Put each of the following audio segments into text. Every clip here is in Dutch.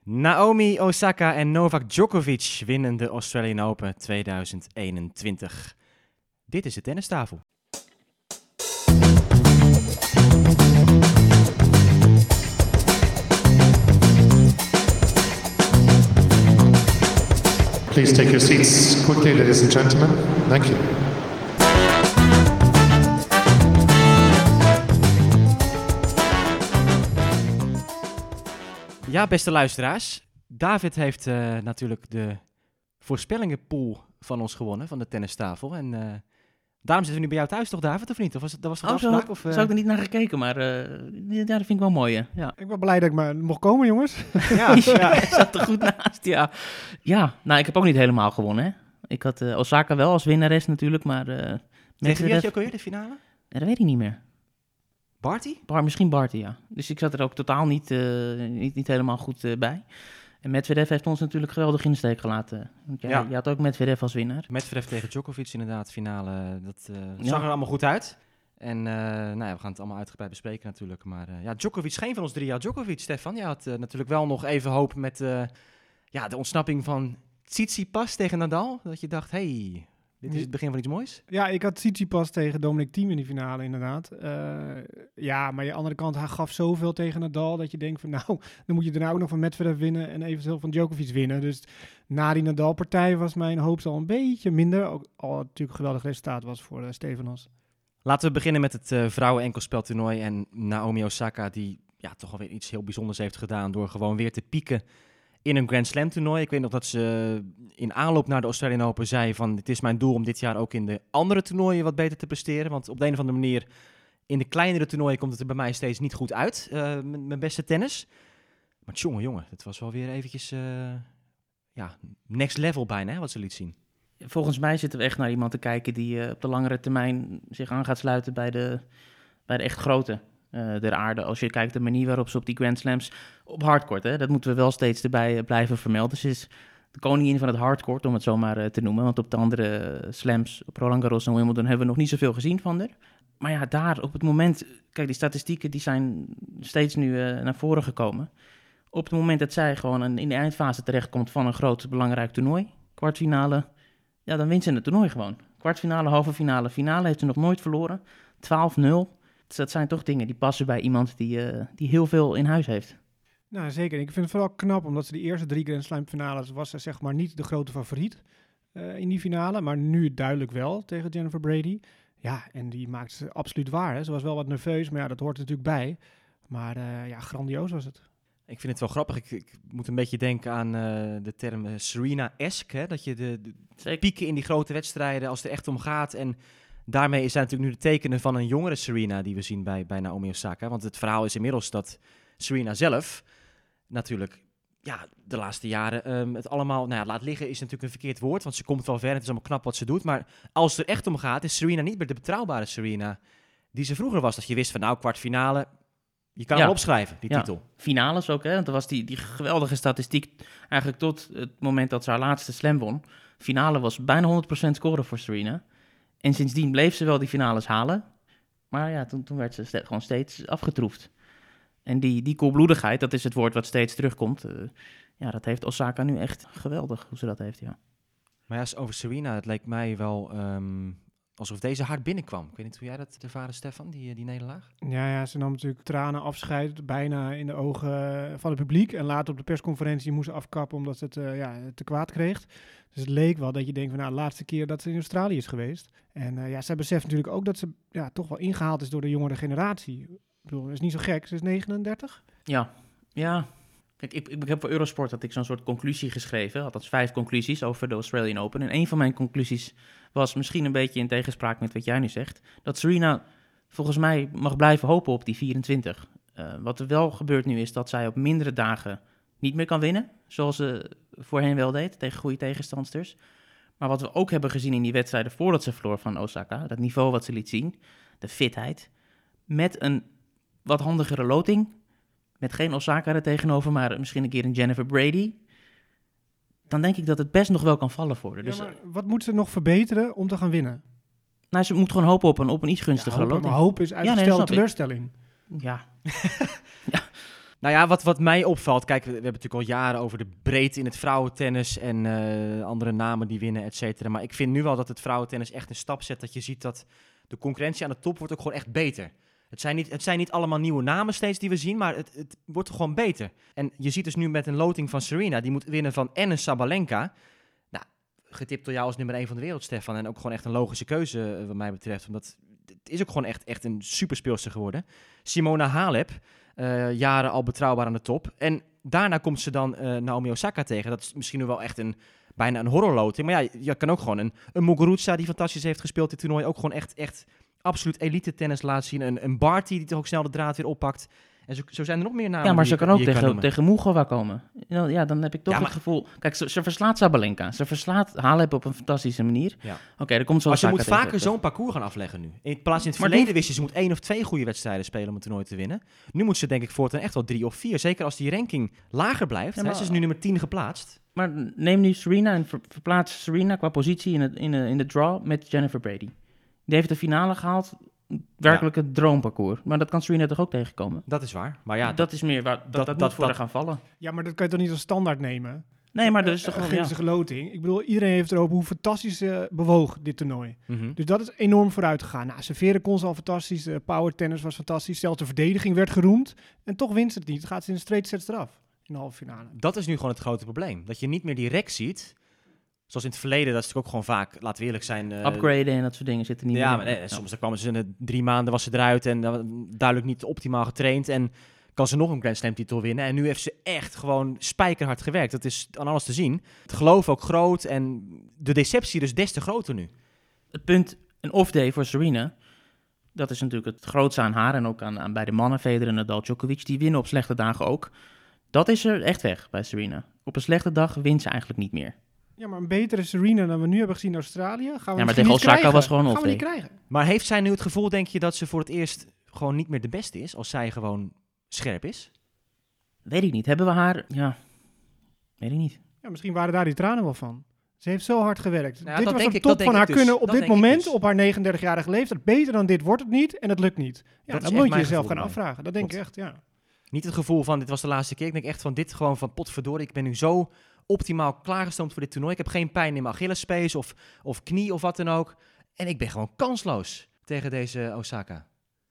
Naomi Osaka en Novak Djokovic winnen de Australian Open 2021. Dit is de tennistafel. Please take your seats quickly, ladies and gentlemen. Thank you. Ja, beste luisteraars. David heeft natuurlijk de voorspellingenpool van ons gewonnen, van de tennistafel. En daarom zitten we nu bij jou thuis, toch David, of niet? Of was dat afspraak? Zo heb ik er niet naar gekeken, maar ja, dat vind ik wel mooi. Hè? Ja. Ik ben blij dat ik maar mocht komen, jongens. Ja, Hij zat er goed naast, ja. Ja, nou, ik heb ook niet helemaal gewonnen, hè. Ik had Osaka wel als winnares natuurlijk, maar... Tegen wie had je ook alweer de finale? Ja, dat weet ik niet meer. Barty? Misschien Barty, ja. Dus ik zat er ook totaal niet helemaal goed bij. En Medvedev heeft ons natuurlijk geweldig in de steek gelaten. Want je had ook Medvedev als winnaar. Medvedev tegen Djokovic inderdaad, finale. Dat zag er allemaal goed uit. En we gaan het allemaal uitgebreid bespreken natuurlijk. Maar Djokovic, geen van ons drie had Djokovic. Stefan, je had natuurlijk wel nog even hoop met de ontsnapping van Tsitsipas tegen Nadal. Dat je dacht, hey, dit is het begin van iets moois. Ja, ik had Tsitsipas tegen Dominic Thiem in die finale inderdaad. Maar aan de andere kant, hij gaf zoveel tegen Nadal dat je denkt van nou, dan moet je daarna ook nog van Medvedev winnen en eventueel van Djokovic winnen. Dus na die Nadal-partij was mijn hoop al een beetje minder. Ook al natuurlijk een geweldig resultaat was voor Stefanos. Laten we beginnen met het vrouwen-enkelspeltoernooi en Naomi Osaka die toch alweer iets heel bijzonders heeft gedaan door gewoon weer te pieken in een Grand Slam toernooi. Ik weet nog dat ze in aanloop naar de Australian Open zei van het is mijn doel om dit jaar ook in de andere toernooien wat beter te presteren. Want op de een of andere manier in de kleinere toernooien komt het er bij mij steeds niet goed uit. Mijn beste tennis. Maar jongen, het was wel weer eventjes next level bijna, hè, wat ze liet zien. Volgens mij zitten we echt naar iemand te kijken die op de langere termijn zich aan gaat sluiten bij de echt grote der aarde. Als je kijkt de manier waarop ze op die Grand Slams op hardcourt, hè, dat moeten we wel steeds erbij blijven vermelden. Ze is de koningin van het hardcourt, om het zo maar te noemen. Want op de andere slams, op Roland Garros en Wimbledon, hebben we nog niet zoveel gezien van haar. Maar ja, daar op het moment, kijk, die statistieken die zijn steeds nu naar voren gekomen. Op het moment dat zij gewoon in de eindfase terechtkomt van een groot belangrijk toernooi, kwartfinale, ja, dan wint ze het toernooi gewoon. Kwartfinale, halve finale, finale heeft ze nog nooit verloren. 12-0. Dus dat zijn toch dingen die passen bij iemand die heel veel in huis heeft. Nou, zeker. Ik vind het vooral knap, omdat ze de eerste 3 Grand Slam finales was ze zeg maar niet de grote favoriet in die finale, maar nu duidelijk wel tegen Jennifer Brady. Ja, en die maakt ze absoluut waar. Hè. Ze was wel wat nerveus, maar ja, dat hoort er natuurlijk bij. Maar grandioos was het. Ik vind het wel grappig. Ik moet een beetje denken aan de term Serena-esque. Hè? Dat je de pieken in die grote wedstrijden, als het er echt om gaat. En daarmee zijn natuurlijk nu de tekenen van een jongere Serena die we zien bij Naomi Osaka. Want het verhaal is inmiddels dat Serena zelf natuurlijk de laatste jaren het allemaal laat liggen is natuurlijk een verkeerd woord. Want ze komt wel ver en het is allemaal knap wat ze doet. Maar als het er echt om gaat, is Serena niet meer de betrouwbare Serena die ze vroeger was. Dat je wist van kwartfinale, je kan hem opschrijven, die titel. Finales ook, hè? Want er was die geweldige statistiek eigenlijk tot het moment dat ze haar laatste slam won. Finale was bijna 100% scoren voor Serena. En sindsdien bleef ze wel die finales halen. Maar ja, toen werd ze gewoon steeds afgetroefd. En die koelbloedigheid, dat is het woord wat steeds terugkomt. Dat heeft Osaka nu echt geweldig, hoe ze dat heeft, ja. Maar ja, over Serena, het leek mij wel alsof deze hard binnenkwam. Ik weet niet hoe jij dat ervaren, Stefan, die nederlaag? Ja, ze nam natuurlijk tranen afscheid, bijna in de ogen van het publiek. En later op de persconferentie moest ze afkappen omdat ze het te kwaad kreeg. Dus het leek wel dat je denkt van de laatste keer dat ze in Australië is geweest. En zij beseft natuurlijk ook dat ze toch wel ingehaald is door de jongere generatie. Ik bedoel, dat is niet zo gek. Ze is 39. Ja. Kijk, ik heb voor Eurosport zo'n soort conclusie geschreven. Althans 5 conclusies over de Australian Open. En een van mijn conclusies was misschien een beetje in tegenspraak met wat jij nu zegt. Dat Serena volgens mij mag blijven hopen op die 24. Wat er wel gebeurt nu is dat zij op mindere dagen niet meer kan winnen. Zoals ze voorheen wel deed, tegen goede tegenstanders. Maar wat we ook hebben gezien in die wedstrijden voordat ze verloor van Osaka. Dat niveau wat ze liet zien. De fitheid. Met een wat handigere loting. Met geen Osaka er tegenover, maar misschien een keer een Jennifer Brady. Dan denk ik dat het best nog wel kan vallen voor haar. Dus, maar wat moet ze nog verbeteren om te gaan winnen? Nou, ze moet gewoon hopen op een iets gunstigere loting. Maar hoop is uitgestelde teleurstelling. Ja. Nou ja, wat mij opvalt, kijk, we hebben natuurlijk al jaren over de breedte in het vrouwentennis en andere namen die winnen, et cetera. Maar ik vind nu wel dat het vrouwentennis echt een stap zet, dat je ziet dat de concurrentie aan de top wordt ook gewoon echt beter. Het zijn niet allemaal nieuwe namen steeds die we zien, maar het wordt gewoon beter. En je ziet dus nu met een loting van Serena, die moet winnen van en een Sabalenka. Nou, getipt door jou als nummer 1 van de wereld, Stefan. En ook gewoon echt een logische keuze wat mij betreft. Omdat het is ook gewoon echt een superspeelster geworden. Simona Halep, jaren al betrouwbaar aan de top. En daarna komt ze dan Naomi Osaka tegen. Dat is misschien nu wel echt bijna een horrorloting. Maar ja, je kan ook gewoon een Muguruza die fantastisch heeft gespeeld dit toernooi. Ook gewoon echt absoluut elite tennis laten zien. Een Barty die toch ook snel de draad weer oppakt. En zo zijn er nog meer namen. Ja, maar ze kan ook tegen Mugova komen. Ja, dan heb ik toch het gevoel... Kijk, ze verslaat Sabalenka. Ze verslaat Halep op een fantastische manier. Ja. Oké, dan komt zo. Maar ze moet vaker zo'n parcours gaan afleggen nu. In plaats in het verleden wist ze moet 1 of 2 goede wedstrijden spelen om het toernooi te winnen. Nu moet ze denk ik voortaan echt wel 3 of 4. Zeker als die ranking lager blijft. Ja, ze is nu nummer 10 geplaatst. Maar neem nu Serena en verplaats Serena qua positie in de draw met Jennifer Brady. Die heeft de finale gehaald. Werkelijk het droomparcours. Maar dat kan Serena toch ook tegenkomen? Dat is waar. Maar ja, dat is meer waar dat moet voor haar gaan vallen. Ja, maar dat kan je toch niet als standaard nemen? Nee, maar dat is toch gewoon... Geen loting. Ik bedoel, iedereen heeft erover hoe fantastisch ze bewoog, dit toernooi. Mm-hmm. Dus dat is enorm vooruit gegaan. Nou, serveren kon ze al fantastisch. Power tennis was fantastisch. Zelfs de verdediging werd geroemd. En toch wint ze het niet. Het gaat ze in de straight sets eraf. In de halve finale. Dat is nu gewoon het grote probleem. Dat je niet meer direct ziet... Zoals in het verleden, dat is natuurlijk ook gewoon vaak, laten we eerlijk zijn... upgraden en dat soort dingen zitten niet meer. Ja, maar soms kwamen ze in 3 maanden, was ze eruit en duidelijk niet optimaal getraind. En kan ze nog een Grand Slam titel winnen. En nu heeft ze echt gewoon spijkerhard gewerkt. Dat is aan alles te zien. Het geloof ook groot en de deceptie dus des te groter nu. Het punt, een off-day voor Serena, dat is natuurlijk het grootste aan haar en ook aan bij de mannen, Federer en Nadal, Djokovic. Die winnen op slechte dagen ook. Dat is er echt weg bij Serena. Op een slechte dag wint ze eigenlijk niet meer. Ja, maar een betere Serena dan we nu hebben gezien in Australië gaan we ja, maar tegen Osaka was gewoon off-day. Krijgen. Maar heeft zij nu het gevoel, denk je, dat ze voor het eerst gewoon niet meer de beste is, als zij gewoon scherp is? Weet ik niet. Hebben we haar... Ja, weet ik niet. Ja, misschien waren daar die tranen wel van. Ze heeft zo hard gewerkt. Nou, dit was de top van haar kunnen op dit moment, op haar 39-jarige leeftijd. Beter dan dit wordt het niet en het lukt niet. Ja, dan moet je jezelf gaan afvragen. Dat denk ik echt, ja. Niet het gevoel van, dit was de laatste keer. Ik denk echt van, dit gewoon van potverdorie. Ik ben nu zo optimaal klaargestoomd voor dit toernooi. Ik heb geen pijn in mijn Achillespees of knie of wat dan ook. En ik ben gewoon kansloos tegen deze Osaka.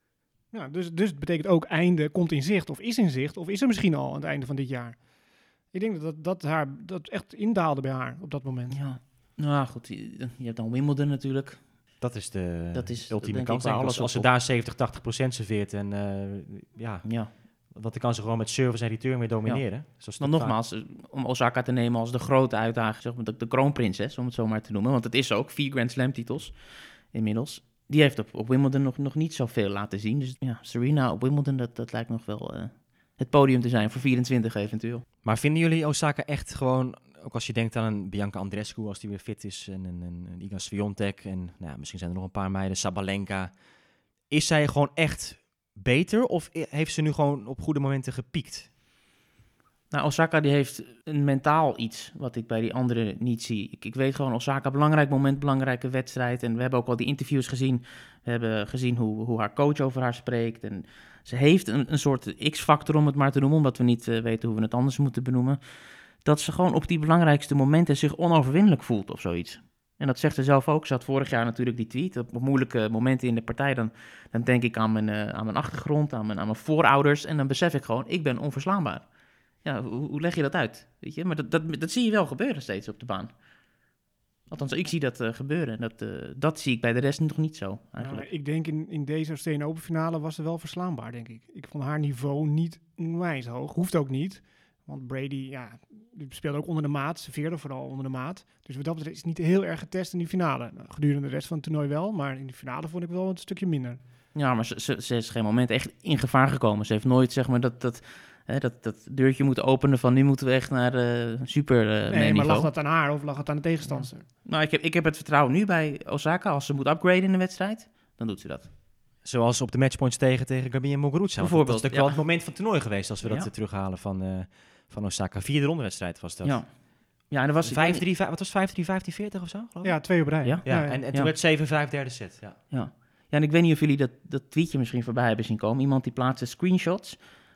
Ja, dus het betekent ook einde komt in zicht of is er misschien al aan het einde van dit jaar. Ik denk dat echt indaalde bij haar op dat moment. Ja, nou goed, je hebt dan Wimbledon natuurlijk. Dat is de ultieme kans. Als ze daar 70-80% serveert en ja. Want dan kan ze gewoon met service en return weer domineren. Ja. Maar nogmaals, om Osaka te nemen als de grote uitdager, zeg maar de kroonprinses, om het zo maar te noemen. Want het is ook 4 Grand Slam titels inmiddels. Die heeft op Wimbledon nog niet zoveel laten zien. Dus ja, Serena op Wimbledon, dat lijkt nog wel het podium te zijn voor 24 eventueel. Maar vinden jullie Osaka echt gewoon, ook als je denkt aan een Bianca Andreescu als die weer fit is, en een Iga Swiatek en misschien zijn er nog een paar meiden, Sabalenka. Is zij gewoon echt beter of heeft ze nu gewoon op goede momenten gepiekt? Nou, Osaka die heeft een mentaal iets wat ik bij die anderen niet zie. Ik weet gewoon, Osaka, belangrijk moment, belangrijke wedstrijd. En we hebben ook al die interviews gezien. We hebben gezien hoe haar coach over haar spreekt. En ze heeft een soort X-factor, om het maar te noemen, omdat we niet weten hoe we het anders moeten benoemen. Dat ze gewoon op die belangrijkste momenten zich onoverwinnelijk voelt of zoiets. En dat zegt ze zelf ook. Ze had vorig jaar natuurlijk die tweet. Op moeilijke momenten in de partij, dan denk ik aan mijn achtergrond, aan mijn voorouders. En dan besef ik gewoon, ik ben onverslaanbaar. Ja, hoe leg je dat uit? Weet je? Maar dat zie je wel gebeuren steeds op de baan. Althans, ik zie dat gebeuren. Dat zie ik bij de rest nog niet zo, eigenlijk. Nou, ik denk in deze Australian Open finale was ze wel verslaanbaar, denk ik. Ik vond haar niveau niet onwijs hoog. Hoeft ook niet. Want Brady, die speelde ook onder de maat. Serveerde vooral onder de maat. Dus wat dat betreft is niet heel erg getest in die finale. Nou, gedurende de rest van het toernooi wel. Maar in de finale vond ik wel een stukje minder. Ja, maar ze is geen moment echt in gevaar gekomen. Ze heeft nooit, zeg maar, dat deurtje moeten openen van nu moeten we echt naar super nee, maar lag dat aan haar of lag het aan de tegenstander? Ja. Nou, ik heb het vertrouwen nu bij Osaka. Als ze moet upgraden in de wedstrijd, dan doet ze dat. Zoals op de matchpoints tegen Gabi en Muguruza. Bijvoorbeeld. Dat is wel het moment van het toernooi geweest als we dat terughalen van Osaka. 4e rondewedstrijd was dat. Ja, en er was 5-3, wat was 5-3, 15-40 of zo? Ja, 2 op rij. Ja. En toen werd 7-5 derde set. Ja, en ik weet niet of jullie dat tweetje misschien voorbij hebben zien komen. Iemand die plaatste screenshots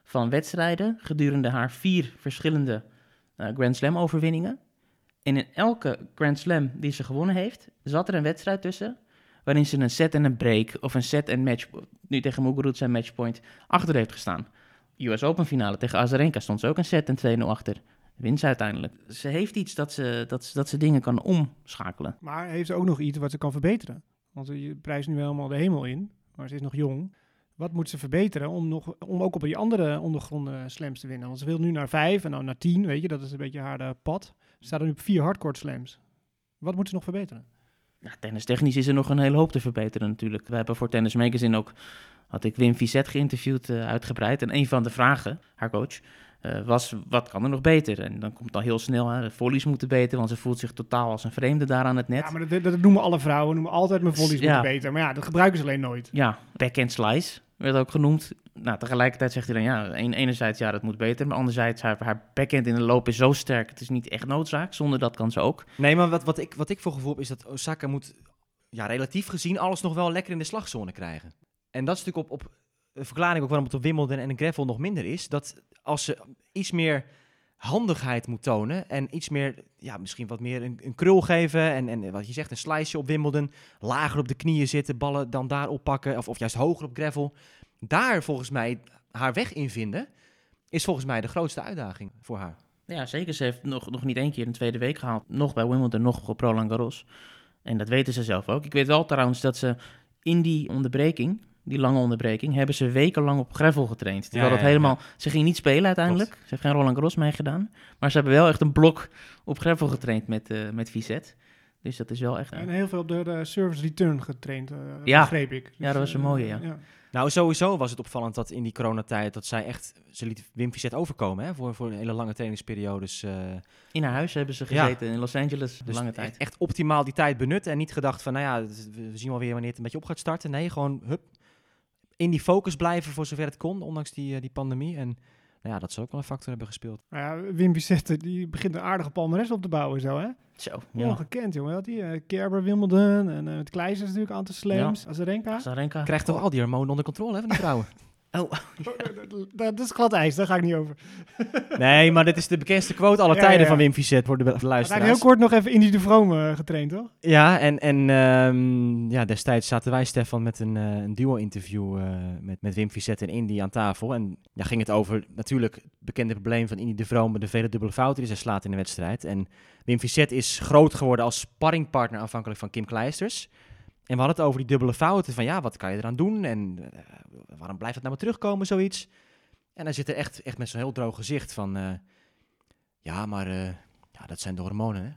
van wedstrijden gedurende haar 4 verschillende Grand Slam overwinningen. En in elke Grand Slam die ze gewonnen heeft, zat er een wedstrijd tussen waarin ze een set en een break of een set en match, nu tegen Muguruza matchpoint, achter heeft gestaan. US Open finale tegen Azarenka stond ze ook een set en 2-0 achter. Wint ze uiteindelijk. Ze heeft iets dat ze dingen kan omschakelen. Maar heeft ze ook nog iets wat ze kan verbeteren? Want je prijst nu helemaal de hemel in, maar ze is nog jong. Wat moet ze verbeteren om ook op die andere ondergronden slams te winnen? Want ze wil nu naar 5 en dan naar 10, weet je. Dat is een beetje haar pad. Ze staat er nu op 4 hardcourt slams. Wat moet ze nog verbeteren? Nou, tennistechnisch is er nog een hele hoop te verbeteren natuurlijk. We hebben voor Tennis Magazine ook, had ik Wim Fissette geïnterviewd uitgebreid. En een van de vragen, haar coach, was wat kan er nog beter? En dan komt het al heel snel, de volleys moeten beter, want ze voelt zich totaal als een vreemde daar aan het net. Ja, maar dat noemen alle vrouwen, noemen altijd mijn volleys moeten beter. Maar ja, dat gebruiken ze alleen nooit. Ja, backhand slice werd ook genoemd. Nou, tegelijkertijd zegt hij dan, ja, enerzijds ja, dat moet beter, maar anderzijds haar backhand in de loop is zo sterk, het is niet echt noodzaak, zonder dat kan ze ook. Nee, maar wat ik voor gevoel heb, is dat Osaka moet, relatief gezien, alles nog wel lekker in de slagzone krijgen. En dat is natuurlijk op een verklaring ook waarom het op Wimbledon en de gravel nog minder is, dat als ze iets meer handigheid moet tonen en iets meer, misschien wat meer een krul geven en wat je zegt, een sliceje op Wimbledon, lager op de knieën zitten, ballen dan daar oppakken of juist hoger op gravel. Daar volgens mij haar weg in vinden, is volgens mij de grootste uitdaging voor haar. Ja, zeker. Ze heeft nog niet 1 keer een tweede week gehaald. Nog bij Wimbledon, nog op Roland Garros. En dat weten ze zelf ook. Ik weet wel trouwens dat ze in die onderbreking, die lange onderbreking, hebben ze wekenlang op gravel getraind. Terwijl ze ging niet spelen uiteindelijk. Klopt. Ze heeft geen Roland Garros meegedaan. Maar ze hebben wel echt een blok op gravel getraind met Fissette. Dus dat is wel echt... En heel veel op de service return getraind, begreep ik. Dus, ja, dat was een mooie, ja. Nou, sowieso was het opvallend dat in die coronatijd dat zij echt, ze liet Wim Fissette overkomen, hè, voor hele lange trainingsperiodes. In haar huis hebben ze gezeten in Los Angeles, dus lange tijd. Echt optimaal die tijd benut en niet gedacht van, we zien wel weer wanneer het een beetje op gaat starten. Nee, gewoon in die focus blijven voor zover het kon, ondanks die pandemie. En dat zou ook wel een factor hebben gespeeld. Wim Fissette, die begint een aardige palmares op te bouwen zo, hè? Zo, ongekend, jongen. Had hij Kerber, Wimbledon en het Kleisters natuurlijk, aan de slams. Azarenka. Krijgt toch al die hormonen onder controle, hè, van die vrouwen? Dat is glad ijs, daar ga ik niet over. Nee, maar dit is de bekendste quote aller tijden van Wim Fissette voor de luisteraars. Hij heeft heel kort nog even Indy de Vroom getraind, toch? Ja, en destijds zaten wij, Stefan, met een duo-interview met Wim Fissette en Indy aan tafel. En ging het over natuurlijk het bekende probleem van Indy de Vroom met de vele dubbele fouten die zij slaat in de wedstrijd. En Wim Fissette is groot geworden als sparringpartner afhankelijk van Kim Kleisters. En we hadden het over die dubbele fouten van wat kan je eraan doen en waarom blijft het nou maar terugkomen, zoiets. En hij zit er echt met zo'n heel droog gezicht van, dat zijn de hormonen, hè.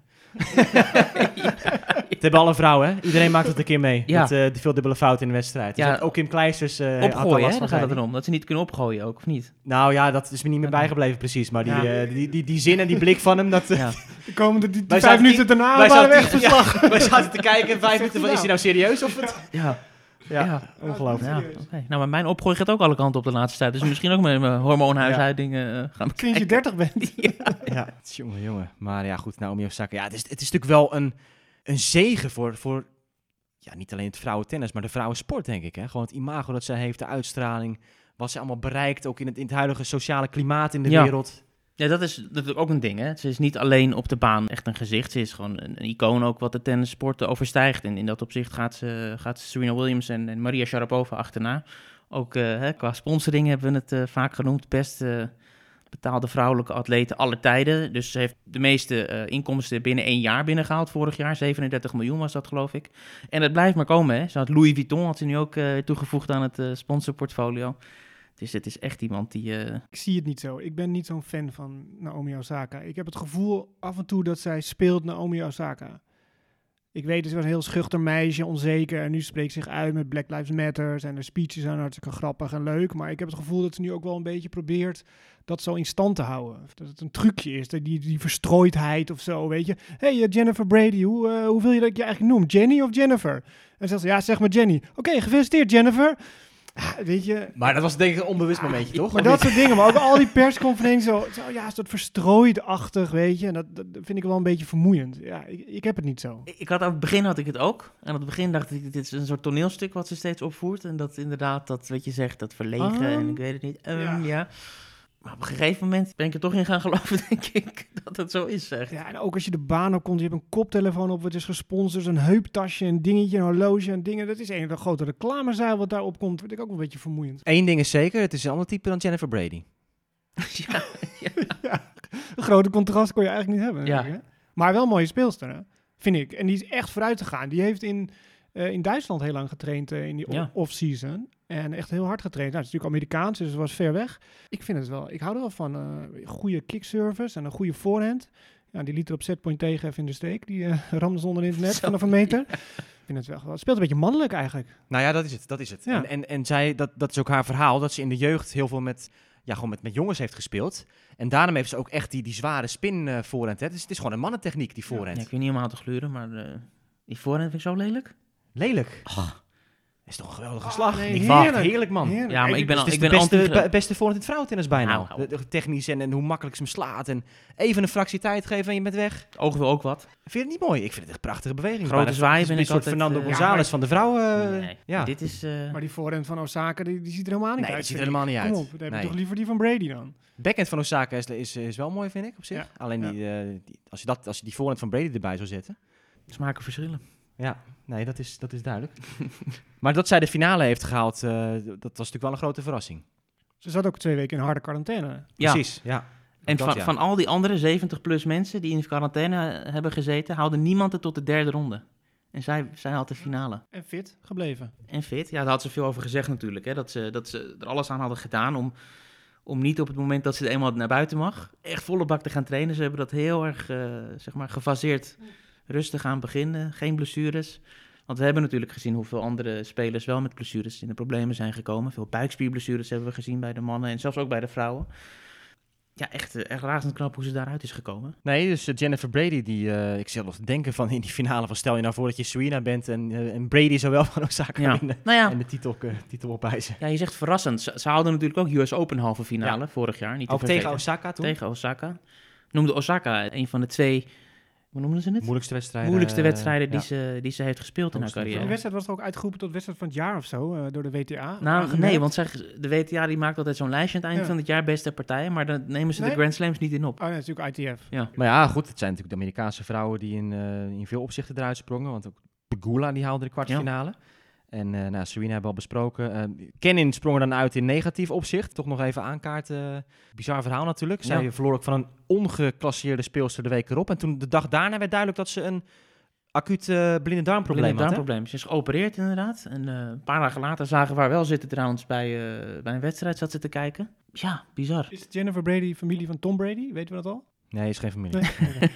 Het hebben alle vrouwen, hè. Iedereen maakt het een keer mee, met de veel dubbele fouten in de wedstrijd. Dus ook Kim Kleisters opgooien, hè, daar gaat het erom. Dat ze niet kunnen opgooien ook, of niet? Nou ja, dat is me niet meer bijgebleven precies. Maar die zin en die blik van hem, dat... De komende 5 minuten daarna waren we echt verslag. Wij zaten te kijken 5 minuten van, is hij nou serieus of het... Ja, ongelooflijk. Ja, okay. Nou, maar mijn opgooi gaat ook alle kanten op de laatste tijd. Dus misschien ook met mijn hormoonhuishoudingen gaan bekijken. Sinds je 30 bent. Ja, jongen. Maar goed, Naomi Osaka. Ja, het is natuurlijk wel een zegen voor niet alleen het vrouwentennis, maar de vrouwensport, denk ik. Hè? Gewoon het imago dat zij heeft, de uitstraling, wat ze allemaal bereikt, ook in het huidige sociale klimaat in de wereld. Ja, dat is natuurlijk ook een ding, hè. Ze is niet alleen op de baan echt een gezicht. Ze is gewoon een icoon ook wat de tennissport overstijgt. En in dat opzicht gaat Serena Williams en Maria Sharapova achterna. Ook qua sponsoring hebben we het vaak genoemd. Best betaalde vrouwelijke atleten aller tijden. Dus ze heeft de meeste inkomsten binnen 1 jaar binnengehaald vorig jaar. 37 miljoen was dat, geloof ik. En het blijft maar komen, hè. Ze had Louis Vuitton had ze nu ook toegevoegd aan het sponsorportfolio. Dus het is echt iemand die... Ik zie het niet zo. Ik ben niet zo'n fan van Naomi Osaka. Ik heb het gevoel af en toe dat zij speelt Naomi Osaka. Ik weet, ze was een heel schuchter meisje, onzeker. En nu spreekt ze zich uit met Black Lives Matter. En de speeches zijn hartstikke grappig en leuk. Maar ik heb het gevoel dat ze nu ook wel een beetje probeert dat zo in stand te houden. Dat het een trucje is, die verstrooidheid of zo, weet je. Hey, Jennifer Brady, hoe wil je dat ik je eigenlijk noem? Jenny of Jennifer? En ze zegt, ja, zeg maar Jenny. Oké, gefeliciteerd Jennifer. Weet je... Maar dat was denk ik een onbewust momentje, toch? Maar dat soort dingen, maar ook al die persconferenties, zo is dat verstrooid-achtig, weet je. En dat vind ik wel een beetje vermoeiend. Ja, ik heb het niet zo. Ik had aan het begin had ik het ook. En aan het begin dacht ik, dit is een soort toneelstuk wat ze steeds opvoert. En dat inderdaad, dat wat je zegt, dat verlegen en ik weet het niet. Ja. Maar op een gegeven moment ben ik er toch in gaan geloven, denk ik, dat het zo is, zeg. Ja, en ook als je de baan op komt, je hebt een koptelefoon op, wat is gesponsord, een heuptasje, een dingetje, een horloge en dingen. Dat is een van de grote reclamezuil wat daarop komt. Vind ik ook wel een beetje vermoeiend. Eén ding is zeker, het is een ander type dan Jennifer Brady. Ja. Een grote contrast kon je eigenlijk niet hebben. Ja. Denk ik, hè? Maar wel een mooie speelster, hè? Vind ik. En die is echt vooruit gegaan. Die heeft in Duitsland heel lang getraind in die off-season. En echt heel hard getraind. Nou, het is natuurlijk Amerikaans, dus het was ver weg. Ik vind het wel. Ik hou er wel van. Goede kickservice en een goede voorhand. Ja, die liet er op setpoint tegen even in de steek. Die ramde ze onder in het net vanaf een meter. Ik vind het wel. Het speelt een beetje mannelijk eigenlijk. Nou ja, dat is het. Ja. En zij, dat is ook haar verhaal, dat ze in de jeugd heel veel met jongens heeft gespeeld. En daarom heeft ze ook echt die zware spin voorhand. Hè. Dus het is gewoon een mannentechniek, die voorhand. Ja, ik weet niet om aan te gluren, maar die voorhand vind ik zo lelijk. Lelijk? Oh. Is toch een geweldige slag? Nee, heerlijk man. Heerlijk. Ja, maar ik ben de beste voorhand in het vrouwentennis bijna. Nou. De technisch en hoe makkelijk ze hem slaat. En even een fractie tijd geven en je bent weg. Oog wil ook wat. Vind je het niet mooi? Ik vind het echt een prachtige beweging. Grote zwaaien ben ik een soort altijd... Fernando González van de vrouwen. Nee, ja. dit is... Maar die voorhand van Osaka, die ziet er helemaal niet uit. Nee, die ziet er helemaal niet uit. Kom op, dan heb je toch liever die van Brady dan? Backhand van Osaka is wel mooi, vind ik, op zich. Ja. Alleen als je die voorhand van Brady erbij zou zetten... Smaken verschillen. Ja, nee, dat is duidelijk. Maar dat zij de finale heeft gehaald, dat was natuurlijk wel een grote verrassing. Ze zat ook 2 weken in harde quarantaine. Ja. Precies, ja. En van al die andere 70-plus mensen die in quarantaine hebben gezeten, haalde niemand het tot de derde ronde. En zij had de finale. En fit gebleven. En fit, ja, daar had ze veel over gezegd natuurlijk. Hè? Dat ze er alles aan hadden gedaan om niet op het moment dat ze eenmaal naar buiten mag, echt volle bak te gaan trainen. Ze hebben dat heel erg, gefaseerd rustig aan beginnen. Geen blessures. Want we hebben natuurlijk gezien hoeveel andere spelers wel met blessures in de problemen zijn gekomen. Veel buikspierblessures hebben we gezien bij de mannen en zelfs ook bij de vrouwen. Ja, echt razend knap hoe ze daaruit is gekomen. Nee, dus Jennifer Brady, ik zit nog te denken van in die finale van stel je nou voor dat je Serena bent en Brady zou wel van Osaka winnen en de titel opeisen. Ja, je zegt verrassend. Ze hadden natuurlijk ook US Open halve finale vorig jaar. Niet ook tegen Osaka toen? Tegen Osaka. Noemde Osaka een van de 2... Hoe noemen ze het? Moeilijkste wedstrijden die ze heeft gespeeld in haar carrière. Die wedstrijd was er ook uitgeroepen tot wedstrijd van het jaar of zo, door de WTA? Nou, nee, want de WTA die maakt altijd zo'n lijstje aan het eind van het jaar beste partijen, maar dan nemen ze de Grand Slams niet in op. Oh, nee, natuurlijk ITF. Ja. Maar ja, goed, het zijn natuurlijk de Amerikaanse vrouwen die in veel opzichten eruit sprongen, want ook Pegula die haalde de kwartfinale. Ja. En Serena hebben we al besproken. Kenin sprong er dan uit in negatief opzicht. Toch nog even aankaarten. Bizar verhaal natuurlijk. Zij verloor ook van een ongeklasseerde speelster de week erop. En toen de dag daarna werd duidelijk dat ze een acuut blinde darmprobleem had. Ze is geopereerd inderdaad. En een paar dagen later zagen we haar wel zitten trouwens bij een wedstrijd. Zat ze te kijken. Ja, bizar. Is Jennifer Brady familie van Tom Brady? Weten we dat al? Nee, is geen familie. Nee.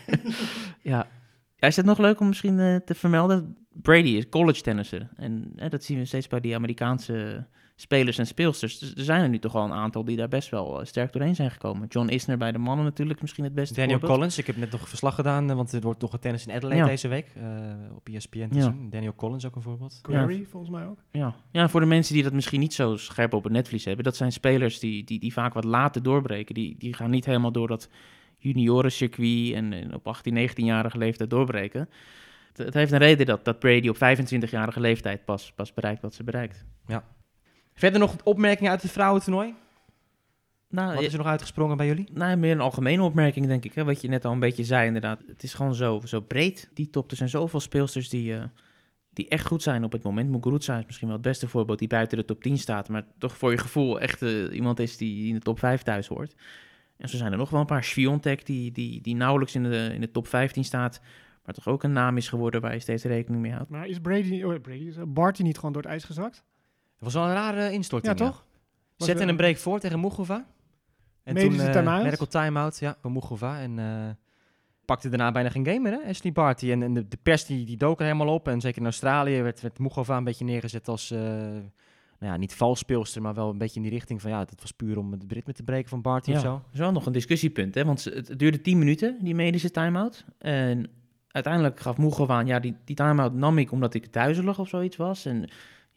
Ja. Is het nog leuk om misschien te vermelden? Brady is college tennisser. En dat zien we steeds bij die Amerikaanse spelers en speelsters. Dus er zijn er nu toch al een aantal die daar best wel sterk doorheen zijn gekomen. John Isner bij de mannen natuurlijk misschien het beste Daniel voorbeeld. Collins, ik heb net nog verslag gedaan, want er wordt toch tennis in Adelaide deze week op ESPN te zien. Daniel Collins ook een voorbeeld. Query volgens mij ook. Ja, voor de mensen die dat misschien niet zo scherp op het netvlies hebben, dat zijn spelers die vaak wat later doorbreken. Die gaan niet helemaal door dat juniorencircuit en op 18, 19-jarige leeftijd doorbreken. Het heeft een reden dat Brady op 25-jarige leeftijd pas bereikt wat ze bereikt. Ja. Verder nog opmerkingen uit het vrouwentoernooi? Nou, wat is er nog uitgesprongen bij jullie? Nou, meer een algemene opmerking, denk ik. Hè? Wat je net al een beetje zei, inderdaad. Het is gewoon zo breed, die top. Er zijn zoveel speelsters die echt goed zijn op het moment. Muguruza is misschien wel het beste voorbeeld die buiten de top 10 staat, maar toch voor je gevoel echt iemand is die in de top 5 thuis hoort. En zo zijn er nog wel een paar. Swiatek die nauwelijks in de top 15 staat, maar toch ook een naam is geworden waar je steeds rekening mee houdt. Maar is Barty niet gewoon door het ijs gezakt? Dat was wel een rare instorting. Ja, toch? Zette een break voor tegen Muguruza. En medische time-out? Medical time-out, van Muguruza. En pakte daarna bijna geen game meer, hè? Ashley Barty. En de pers die dook er helemaal op. En zeker in Australië werd Muguruza een beetje neergezet als... niet vals speelster, maar wel een beetje in die richting van... dat was puur om het ritme te breken van Barty of zo. Dat is wel nog een discussiepunt, hè? Want het duurde 10 minuten, die medische time-out. En uiteindelijk gaf Muguruza aan... die time-out nam ik omdat ik duizelig of zoiets was. En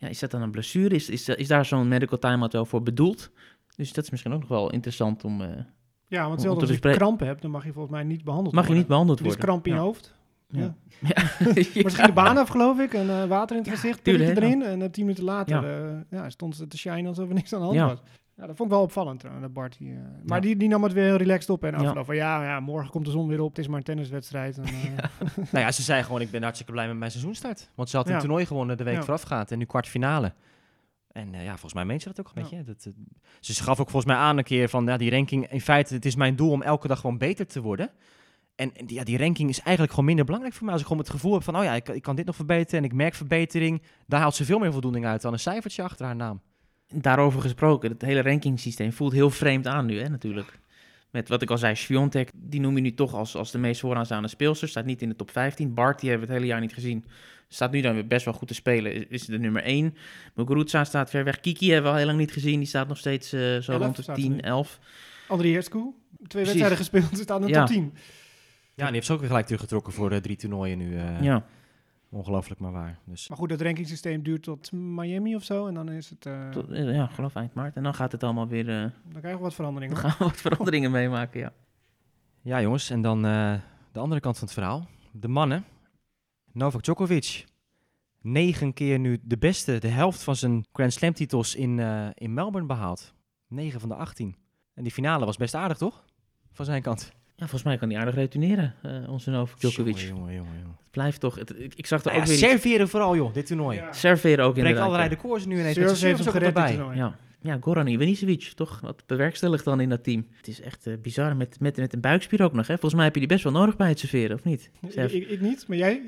Ja, is dat dan een blessure? Is daar zo'n medical timeout wel voor bedoeld? Dus dat is misschien ook nog wel interessant om... Ja, want zelfs als je krampen hebt, dan mag je volgens mij niet behandeld worden. Mag je niet behandeld worden. Dus kramp in je hoofd. Ja. Misschien de baan af, geloof ik. En water in het gezicht, pilletje erin. En 10 minuten later stond ze te shinen alsof er niks aan de hand was. Ja, dat vond ik wel opvallend trouwens, dat Bart. Maar die nam het weer heel relaxed op. En afgelopen van morgen komt de zon weer op. Het is maar een tenniswedstrijd. En, Nou ja, ze zei gewoon, ik ben hartstikke blij met mijn seizoenstart. Want ze had een toernooi gewonnen de week voorafgaand. En nu kwartfinale. En volgens mij meent ze dat ook een beetje. Ze gaf ook volgens mij aan een keer van die ranking. In feite, het is mijn doel om elke dag gewoon beter te worden. En die ranking is eigenlijk gewoon minder belangrijk voor mij. Als ik gewoon het gevoel heb van, ik kan dit nog verbeteren en ik merk verbetering. Daar haalt ze veel meer voldoening uit dan een cijfertje achter haar naam. Daarover gesproken, het hele rankingsysteem voelt heel vreemd aan nu, natuurlijk. Met wat ik al zei, Swiatek, die noem je nu toch als de meest vooraanstaande speelster. Staat niet in de top 15. Bart, die hebben we het hele jaar niet gezien. Staat nu dan weer best wel goed te spelen. Is de nummer 1. Muguruza staat ver weg. Kiki hebben we al heel lang niet gezien. Die staat nog steeds zo rond de 10, 11. André Hertzko, 2 wedstrijden gespeeld. Ze staat in de top 10. Ja, en die heeft ze ook weer gelijk teruggetrokken voor 3 toernooien nu. Ongelooflijk maar waar. Dus. Maar goed, dat rankingsysteem duurt tot Miami of zo. En dan is het... geloof eind maart. En dan gaat het allemaal weer... dan krijgen we wat veranderingen. Dan gaan we wat veranderingen meemaken, ja. Ja, jongens. En dan de andere kant van het verhaal. De mannen. Novak Djokovic. 9 keer nu de helft van zijn Grand Slam titels in Melbourne behaald. 9 van de 18. En die finale was best aardig, toch? Van zijn kant. Ja, volgens mij kan hij aardig returneren, onze Novak Djokovic. Jongen. Het blijft toch... ik zag er ook weer serveren vooral, joh, dit toernooi. Ja. Serveren ook inderdaad. Breekt allerlei de koers nu ineens. Service heeft hem gered dit toernooi. Ja, Goran Ivanisevic, toch wat bewerkstelligd dan in dat team. Het is echt bizar, met een buikspier ook nog. Hè? Volgens mij heb je die best wel nodig bij het serveren, of niet? Ik niet, maar jij?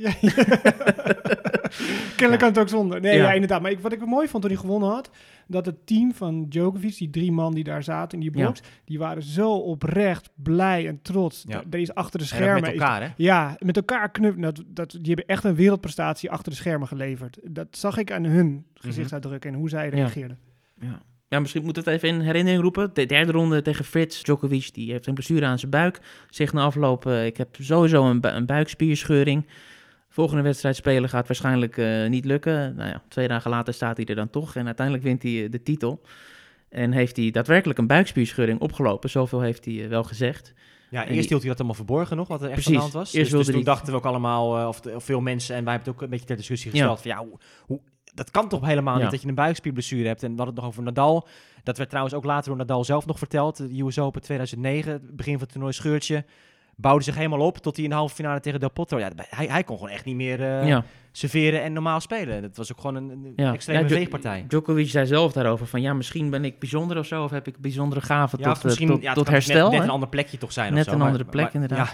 Kennelijk kan het ook zonder. Nee, ja inderdaad. Maar wat ik mooi vond toen hij gewonnen had, dat het team van Djokovic, die 3 man die daar zaten in die box, die waren zo oprecht blij en trots. Ja. Deze achter de schermen. Met elkaar, hè? Ja, met elkaar knuppen. Die hebben echt een wereldprestatie achter de schermen geleverd. Dat zag ik aan hun gezichtsuitdruk en hoe zij reageerden. Ja, misschien moet het even in herinnering roepen. De derde ronde tegen Fritz. Djokovic, die heeft een blessure aan zijn buik. Zegt na afloop, ik heb sowieso een buikspierscheuring. Volgende wedstrijd spelen gaat waarschijnlijk niet lukken. Nou ja, 2 dagen later staat hij er dan toch. En uiteindelijk wint hij de titel. En heeft hij daadwerkelijk een buikspierscheuring opgelopen. Zoveel heeft hij wel gezegd. Ja, eerst hield hij dat allemaal verborgen nog, wat er echt aan de hand was. Dus toen dachten we ook allemaal, of veel mensen, en wij hebben het ook een beetje ter discussie gesteld, van hoe dat kan toch helemaal niet dat je een buikspierblessure hebt. En we hadden het nog over Nadal. Dat werd trouwens ook later door Nadal zelf nog verteld. De US Open 2009, begin van het toernooi scheurtje. Bouwde zich helemaal op tot hij in de halve finale tegen Del Potro. Ja, hij kon gewoon echt niet meer serveren en normaal spelen. Dat was ook gewoon een extreme veegpartij. Djokovic zei zelf daarover van misschien ben ik bijzonder of zo. Of heb ik bijzondere gaven tot herstel. Net een ander plekje toch zijn net of zo. Net een andere plek inderdaad,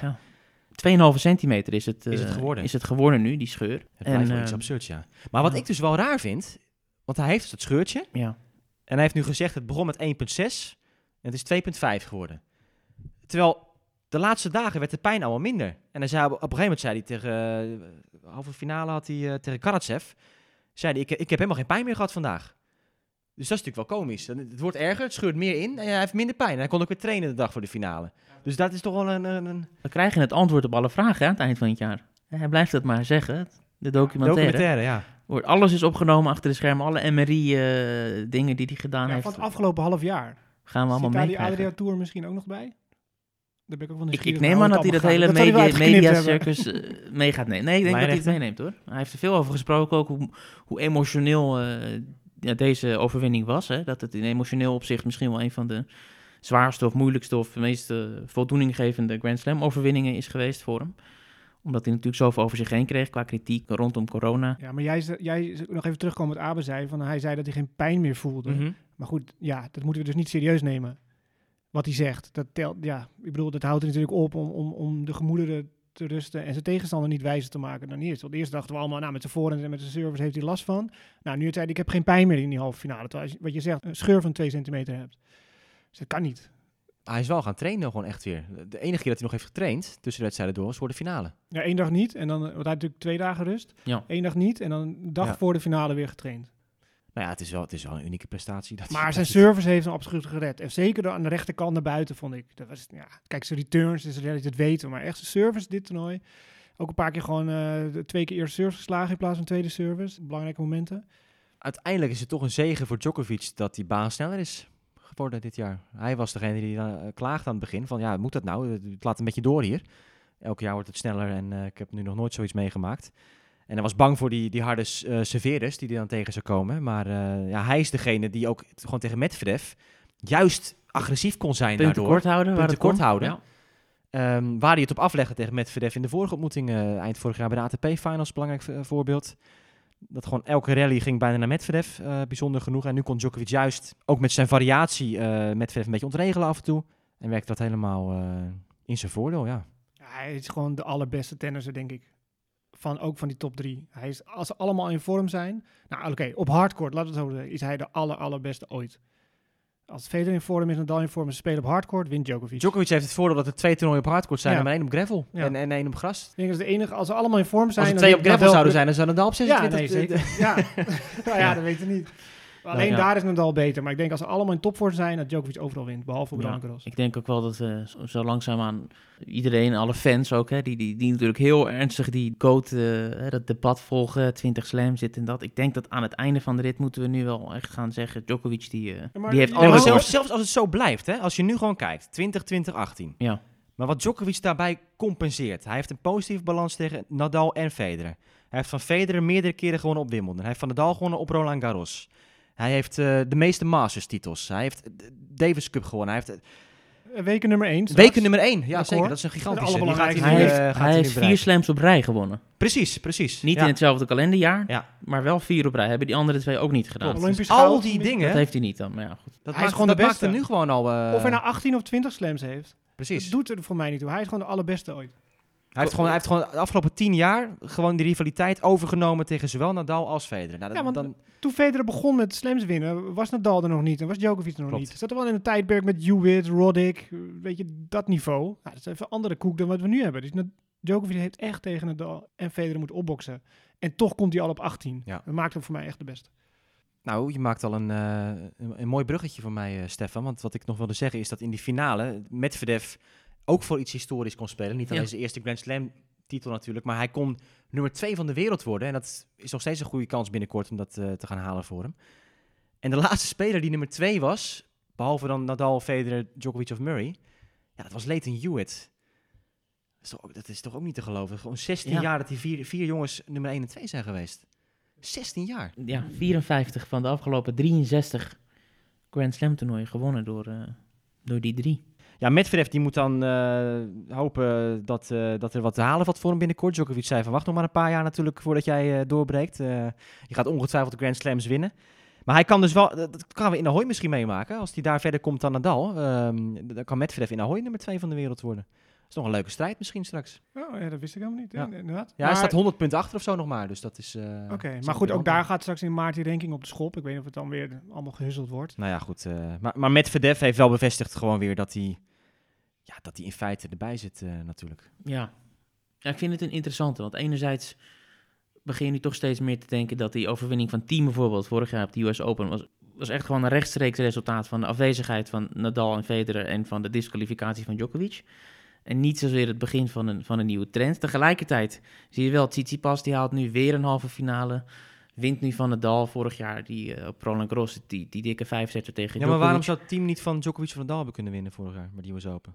2,5 centimeter is het geworden nu, die scheur. Het blijft wel iets absurds, ja. Maar wat ik dus wel raar vind, want hij heeft dus dat scheurtje. Ja. En hij heeft nu gezegd, het begon met 1,6 en het is 2,5 geworden. Terwijl de laatste dagen werd de pijn allemaal minder. En hij zei, op een gegeven moment zei hij tegen halve finale had hij tegen Karatsev, zei hij, ik heb helemaal geen pijn meer gehad vandaag. Dus dat is natuurlijk wel komisch. Het wordt erger, het scheurt meer in en hij heeft minder pijn. En hij kon ook weer trainen de dag voor de finale. Dus dat is toch wel een... Dan krijg je het antwoord op alle vragen aan het eind van het jaar. Hij blijft het maar zeggen, de documentaire. Alles is opgenomen achter de schermen, alle MRI-dingen die hij gedaan heeft. Van het afgelopen half jaar. Gaan we allemaal mee. Zit daar die Adria Tour misschien ook nog bij? Daar ben ik ook ik neem aan dat hij dat hele mediacircus mee gaat nemen. Nee, ik denk dat hij het meeneemt, hoor. Hij heeft er veel over gesproken, ook hoe emotioneel deze overwinning was. Hè? Dat het in emotioneel opzicht misschien wel een van de zwaarste of moeilijkste of meest voldoeninggevende Grand Slam overwinningen is geweest voor hem. Omdat hij natuurlijk zoveel over zich heen kreeg qua kritiek rondom corona. Ja, maar jij nog even terugkomen wat Abe zei. Hij zei dat hij geen pijn meer voelde. Mm-hmm. Maar goed, dat moeten we dus niet serieus nemen. Wat hij zegt, dat telt. Ja, ik bedoel, dat houdt er natuurlijk op om de gemoederen te rusten en zijn tegenstander niet wijzer te maken dan eerst. Want eerst dachten we allemaal, met zijn voorhand en met zijn service heeft hij last van. Nou, nu zei hij, ik heb geen pijn meer in die halve finale. Terwijl, wat je zegt, een scheur van 2 centimeter hebt. Dus dat kan niet. Hij is wel gaan trainen gewoon echt weer. De enige keer dat hij nog heeft getraind tussen de wedstrijden door was voor de finale. Ja, 1 dag niet en dan, want hij had natuurlijk 2 dagen rust. Ja. 1 dag niet en dan een dag voor de finale weer getraind. Nou ja, het is wel een unieke prestatie. Maar zijn service heeft hem absoluut gered. En zeker aan de rechterkant naar buiten, vond ik. Dat was, kijk, zijn returns, dus dat weten we. Maar echt zijn service, dit toernooi. Ook een paar keer gewoon 2 keer eerst service geslagen in plaats van tweede service. Belangrijke momenten. uiteindelijk is het toch een zegen voor Djokovic dat die baan sneller is geworden dit jaar. Hij was degene die klaagde aan het begin van, ja, moet dat nou? Het laat een beetje door hier. Elk jaar wordt het sneller en ik heb nu nog nooit zoiets meegemaakt. En hij was bang voor die harde serveerders die er dan tegen zou komen. Maar hij is degene die ook gewoon tegen Medvedev juist agressief kon zijn Punten kort houden. Punten kort houden. Ja. Waar hij het op aflegde tegen Medvedev in de vorige ontmoeting, eind vorig jaar bij de ATP-finals, belangrijk voorbeeld. Dat gewoon elke rally ging bijna naar Medvedev, bijzonder genoeg. En nu kon Djokovic juist, ook met zijn variatie, Medvedev een beetje ontregelen af en toe. En werkt dat helemaal in zijn voordeel, ja. Hij is gewoon de allerbeste tennisser, denk ik. Ook van die top 3. Als ze allemaal in vorm zijn... Nou, oké, op hardcourt, laten we het zo zeggen, is hij de allerbeste ooit. Als Federer in vorm is, Nadal in vorm is, spelen op hardcourt, wint Djokovic. Djokovic heeft het voordeel dat er 2 toernooien op hardcourt zijn, Ja. maar 1 op gravel Ja. en 1 op gras. Ik denk dat is de enige, als ze allemaal in vorm zijn... Als er dan 2 op denk ik gravel Nadal- zouden zijn, dan zou Nadal op 26... Ja, nee, zeker. Ja. Nou ja, dat weet je niet. Alleen ja. daar is Nadal beter. Maar ik denk als ze allemaal in topvorm zijn, dat Djokovic overal wint. Behalve op Roland Garros. Ik denk ook wel dat zo langzaamaan iedereen, alle fans ook, hè, die natuurlijk heel ernstig die GOAT, dat debat volgen, 20 slams, dit en dat. Ik denk dat aan het einde van de rit moeten we nu wel echt gaan zeggen, Djokovic die heeft Ja, Ja, maar alles. zelfs als het zo blijft, hè, als je nu gewoon kijkt, 2018. Ja. Maar wat Djokovic daarbij compenseert. Hij heeft een positieve balans tegen Nadal en Federer. Hij heeft van Federer meerdere keren gewonnen op Wimbledon. Hij heeft van Nadal gewonnen op Roland Garros. Hij heeft de meeste Masters-titels. Hij heeft Davis Cup gewonnen. Hij heeft Weken nummer 1. weken nummer 1. Ja, Record. zeker. Dat is een gigantische. Die gaat allerbelangrijkste. hij nu, Hij gaat heeft nu 4 bereiken. slams op rij gewonnen. Precies. Niet Ja. in hetzelfde kalenderjaar, Ja. maar wel 4 op rij. Hebben die andere 2 ook niet gedaan. Olympisch Al goud. die Dat dingen, heeft hij niet dan, maar ja, goed. dat Hij is maakt, gewoon dat de maakt beste. hem nu gewoon al... Of hij nou 18 of 20 slams heeft. precies. Dat doet er voor mij niet toe. Hij is gewoon de allerbeste ooit. Hij heeft gewoon de afgelopen 10 jaar gewoon die rivaliteit overgenomen tegen zowel Nadal als Federer. Nou, Ja, want dan, toen Federer begon met slams winnen, was Nadal er nog niet en was Djokovic er nog Klopt. niet. Zat er wel in een tijdperk met Hewitt, Roddick, weet je, dat niveau. Nou, dat is even een andere koek dan wat we nu hebben. Dus Djokovic heeft echt tegen Nadal en Federer moeten opboksen. En toch komt hij al op 18. Ja. Dat maakt hem voor mij echt de beste. Nou, je maakt al een mooi bruggetje voor mij, Stefan. Want wat ik nog wilde zeggen is dat in die finale Medvedev ook voor iets historisch kon spelen. Niet alleen zijn eerste Grand Slam titel natuurlijk, maar hij kon nummer 2 van de wereld worden. En dat is nog steeds een goede kans binnenkort om dat te gaan halen voor hem. En de laatste speler die nummer 2 was, behalve dan Nadal, Federer, Djokovic of Murray, ja, dat was Lleyton Hewitt. Dat is toch ook niet te geloven. Gewoon 16 jaar dat die vier jongens nummer 1 en 2 zijn geweest. 16 jaar. Ja, 54 van de afgelopen 63 Grand Slam toernooien gewonnen door die 3. Ja, Medvedev die moet dan hopen dat er wat te halen valt voor hem binnenkort. Djokovic zei van wacht nog maar een paar jaar natuurlijk voordat jij doorbreekt. Je gaat ongetwijfeld de Grand Slams winnen. Maar hij kan dus wel, dat gaan we in Ahoy misschien meemaken. Als hij daar verder komt dan Nadal, dan kan Medvedev in Ahoy nummer 2 van de wereld worden. Dat is nog een leuke strijd misschien straks. Oh ja, dat wist ik helemaal niet. Ja. Inderdaad. Ja, hij staat 100 punten achter of zo nog maar. Dus dat is... Oké, is maar goed, ook wel- daar gaat straks in maart die ranking op de schop. Ik weet niet of het dan weer allemaal gehuzzeld wordt. Nou ja, goed. Maar Medvedev heeft wel bevestigd gewoon weer dat hij in feite erbij zit natuurlijk. Ja, ik vind het een interessante, want enerzijds begin je nu toch steeds meer te denken dat die overwinning van Thiem bijvoorbeeld vorig jaar op de US Open was echt gewoon een rechtstreeks resultaat van de afwezigheid van Nadal en Federer en van de disqualificatie van Djokovic. En niet zozeer het begin van een nieuwe trend. Tegelijkertijd zie je wel, Tsitsipas die haalt nu weer een halve finale. Wint nu van Nadal vorig jaar die op Roland Garros die dikke 5-setter tegen Ja, Djokovic. maar waarom zou het team niet van Djokovic of Nadal hebben kunnen winnen vorig jaar met die US Open?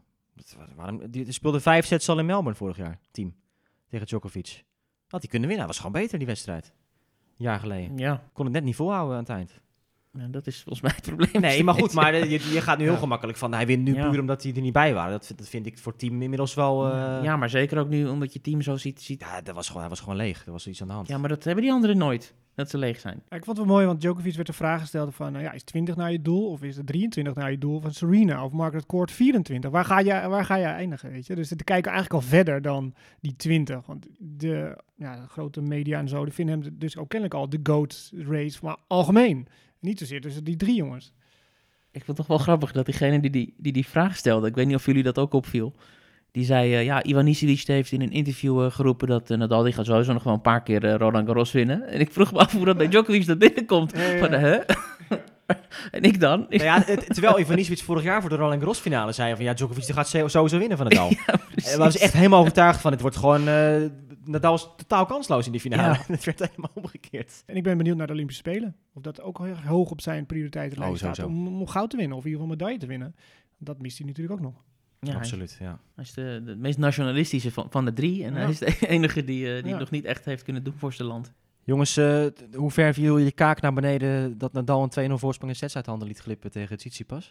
Die speelde 5 sets al in Melbourne vorig jaar, team. Tegen Djokovic. Had hij kunnen winnen. Hij was gewoon beter die wedstrijd. Een jaar geleden. Ja, Kon het net niet volhouden aan het eind. dat is volgens mij het probleem. Nee, maar goed, maar je gaat nu heel gemakkelijk van hij wint nu Ja. puur omdat hij er niet bij waren. Dat vind ik voor het team inmiddels wel... Ja, maar zeker ook nu omdat je team zo ziet. Ja, hij was gewoon leeg. Er was iets aan de hand. Ja, maar dat hebben die anderen nooit, dat ze leeg zijn. Ja, ik vond het wel mooi, want Djokovic werd de vraag gesteld van... is 20 naar je doel of is het 23 naar je doel van Serena of Margaret Court 24? Waar ga je eindigen, weet je? Dus te kijken eigenlijk al verder dan die 20. Want de grote media en zo, die vinden hem dus ook kennelijk al de GOAT race, maar algemeen. Niet zozeer tussen die 3 jongens. Ik vond het toch wel grappig dat diegene die vraag stelde, ik weet niet of jullie dat ook opviel, die zei, Ivan Nisilic heeft in een interview geroepen dat Nadal die gaat sowieso nog wel een paar keer Roland Garros winnen. En ik vroeg me af hoe dat bij Djokovic dat binnenkomt. Van, en ik dan? Nou ja, terwijl Ivanisevic vorig jaar voor de Roland Garros finale zei van ja, Djokovic die gaat sowieso winnen van Nadal. Hij was echt helemaal overtuigd van het wordt gewoon Nadal was totaal kansloos in die finale. Ja. Het werd helemaal omgekeerd. En ik ben benieuwd naar de Olympische Spelen. Of dat ook heel erg hoog op zijn prioriteitenlijst staat om goud te winnen. Of in ieder geval medaille te winnen. Dat mist hij natuurlijk ook nog. Ja, absoluut, ja. Hij is de meest nationalistische van de 3. En hij is de enige die het nog niet echt heeft kunnen doen voor zijn land. Jongens, hoe ver viel je kaak naar beneden dat Nadal een 2-0 voorsprong in sets uit handen liet glippen tegen Tsitsipas?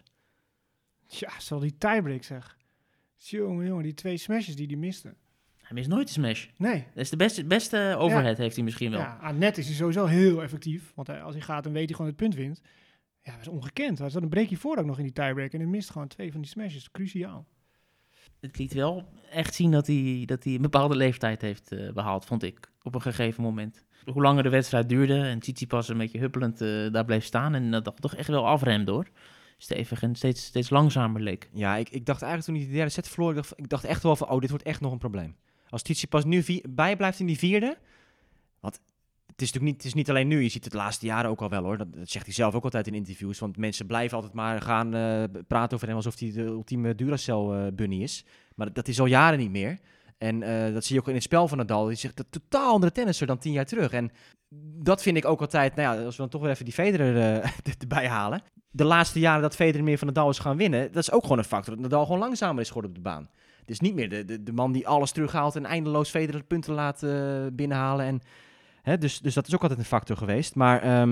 Ja, zal die tiebreak zeg. Jongen, die 2 smashes die miste. Hij mist nooit een smash. Nee. Dat is de beste overhead heeft hij misschien wel. Ja, aan net is hij sowieso heel effectief. Want als hij gaat, dan weet hij gewoon het punt wint. Ja, dat is ongekend. Hij zat een breakje voor ook nog in die tiebreak. En hij mist gewoon 2 van die smashes. Cruciaal. Het liet wel echt zien dat hij een bepaalde leeftijd heeft behaald, vond ik. Op een gegeven moment. Hoe langer de wedstrijd duurde en Tsitsipas een beetje huppelend daar bleef staan. En dat toch echt wel afremde hoor. Stevig en steeds langzamer leek. Ja, ik dacht eigenlijk toen hij de derde set verloor, ik dacht echt wel van, dit wordt echt nog een probleem. Als Tsitsipas nu bijblijft in die vierde, want het is niet alleen nu, je ziet het de laatste jaren ook al wel hoor, dat zegt hij zelf ook altijd in interviews, want mensen blijven altijd maar gaan praten over hem alsof hij de ultieme Duracell-bunny is. Maar dat is al jaren niet meer. En dat zie je ook in het spel van Nadal. Die zegt dat totaal andere tennisser dan 10 jaar terug. En dat vind ik ook altijd, als we dan toch weer even die Federer erbij halen. De laatste jaren dat Federer meer van Nadal is gaan winnen, dat is ook gewoon een factor. Dat Nadal gewoon langzamer is geworden op de baan. Het is niet meer de man die alles terughaalt en eindeloos Federer punten laat binnenhalen. En, dus dat is ook altijd een factor geweest. Maar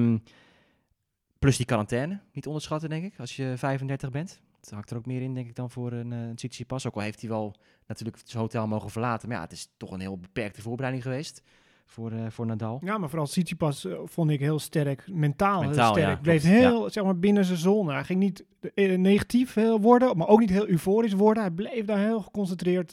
plus die quarantaine, niet onderschatten denk ik, als je 35 bent. Dat hakt er ook meer in, denk ik, dan voor een Tsitsipas. Ook al heeft hij wel natuurlijk het hotel mogen verlaten. Maar ja, het is toch een heel beperkte voorbereiding geweest voor Nadal. Ja, maar vooral Tsitsipas vond ik heel sterk. Mentaal heel sterk. Ja, bleef heel, zeg maar, binnen zijn zone. Hij ging niet negatief worden, maar ook niet heel euforisch worden. Hij bleef daar heel geconcentreerd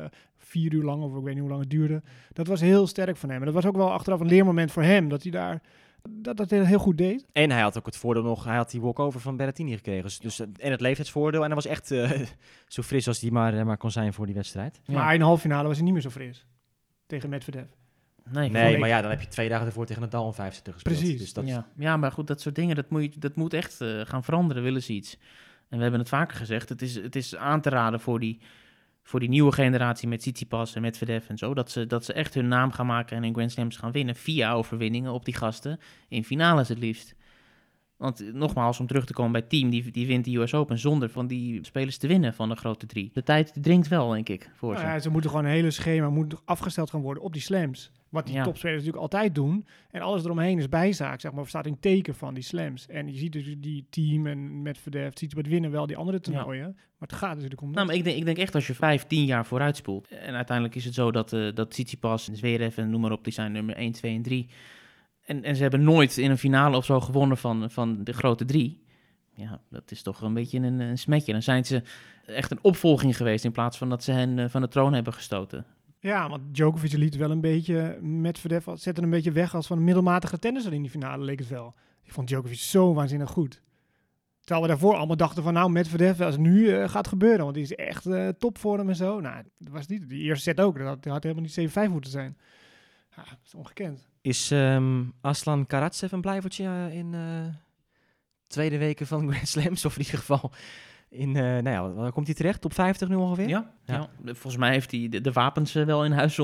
4 uur lang, of ik weet niet hoe lang het duurde. Dat was heel sterk van hem. En dat was ook wel achteraf een leermoment voor hem, dat hij daar... Dat hij heel goed deed. En hij had ook het voordeel nog, hij had die walkover van Berrettini gekregen. Dus, en het leeftijdsvoordeel. En hij was echt zo fris als hij maar kon zijn voor die wedstrijd. Ja. Maar in de halve finale was hij niet meer zo fris. Tegen Medvedev. Nee, maar ja, dan heb je 2 dagen ervoor tegen Nadal een 5 gespeeld. Precies. Dus dat ja, maar goed, dat soort dingen, dat moet echt gaan veranderen, willen ze iets. En we hebben het vaker gezegd, het is aan te raden voor die nieuwe generatie met Tsitsipas en Medvedev en zo, dat ze echt hun naam gaan maken en in Grand Slams gaan winnen via overwinningen op die gasten, in finales het liefst. Want nogmaals, om terug te komen bij het team, die wint de US Open zonder van die spelers te winnen van de grote 3. De tijd dringt wel, denk ik, voor ze. Ja, ze moeten gewoon een hele schema moet afgesteld gaan worden op die slams. Wat die topspelers natuurlijk altijd doen. En alles eromheen is bijzaak, zeg maar, of staat in teken van die slams. En je ziet dus die team en Medvedev, Tsitsipas winnen wel die andere toernooien. Maar het gaat natuurlijk om... Nou, maar ik denk echt als je 5-10 jaar vooruit spoelt. En uiteindelijk is het zo dat Tsitsipas en Zverev en noem maar op, die zijn nummer 1, 2 en 3... En ze hebben nooit in een finale of zo gewonnen van de grote 3. Ja, dat is toch een beetje een smetje. Dan zijn ze echt een opvolging geweest in plaats van dat ze hen van de troon hebben gestoten. Ja, want Djokovic liet wel een beetje Medvedev zette een beetje weg als van een middelmatige tennisser in die finale, leek het wel. Ik vond Djokovic zo waanzinnig goed. Terwijl we daarvoor allemaal dachten van nou, Medvedev, als het nu gaat gebeuren, want die is echt topvorm en zo. Nou, dat was niet. Die eerste set ook, dat had helemaal niet 7-5 moeten zijn. Ja, dat is ongekend. Is Aslan Karatsev een blijvertje in tweede weken van Grand Slams? Of in ieder geval in, waar komt hij terecht? Top 50 nu ongeveer? Ja. Volgens mij heeft hij de wapens wel in huis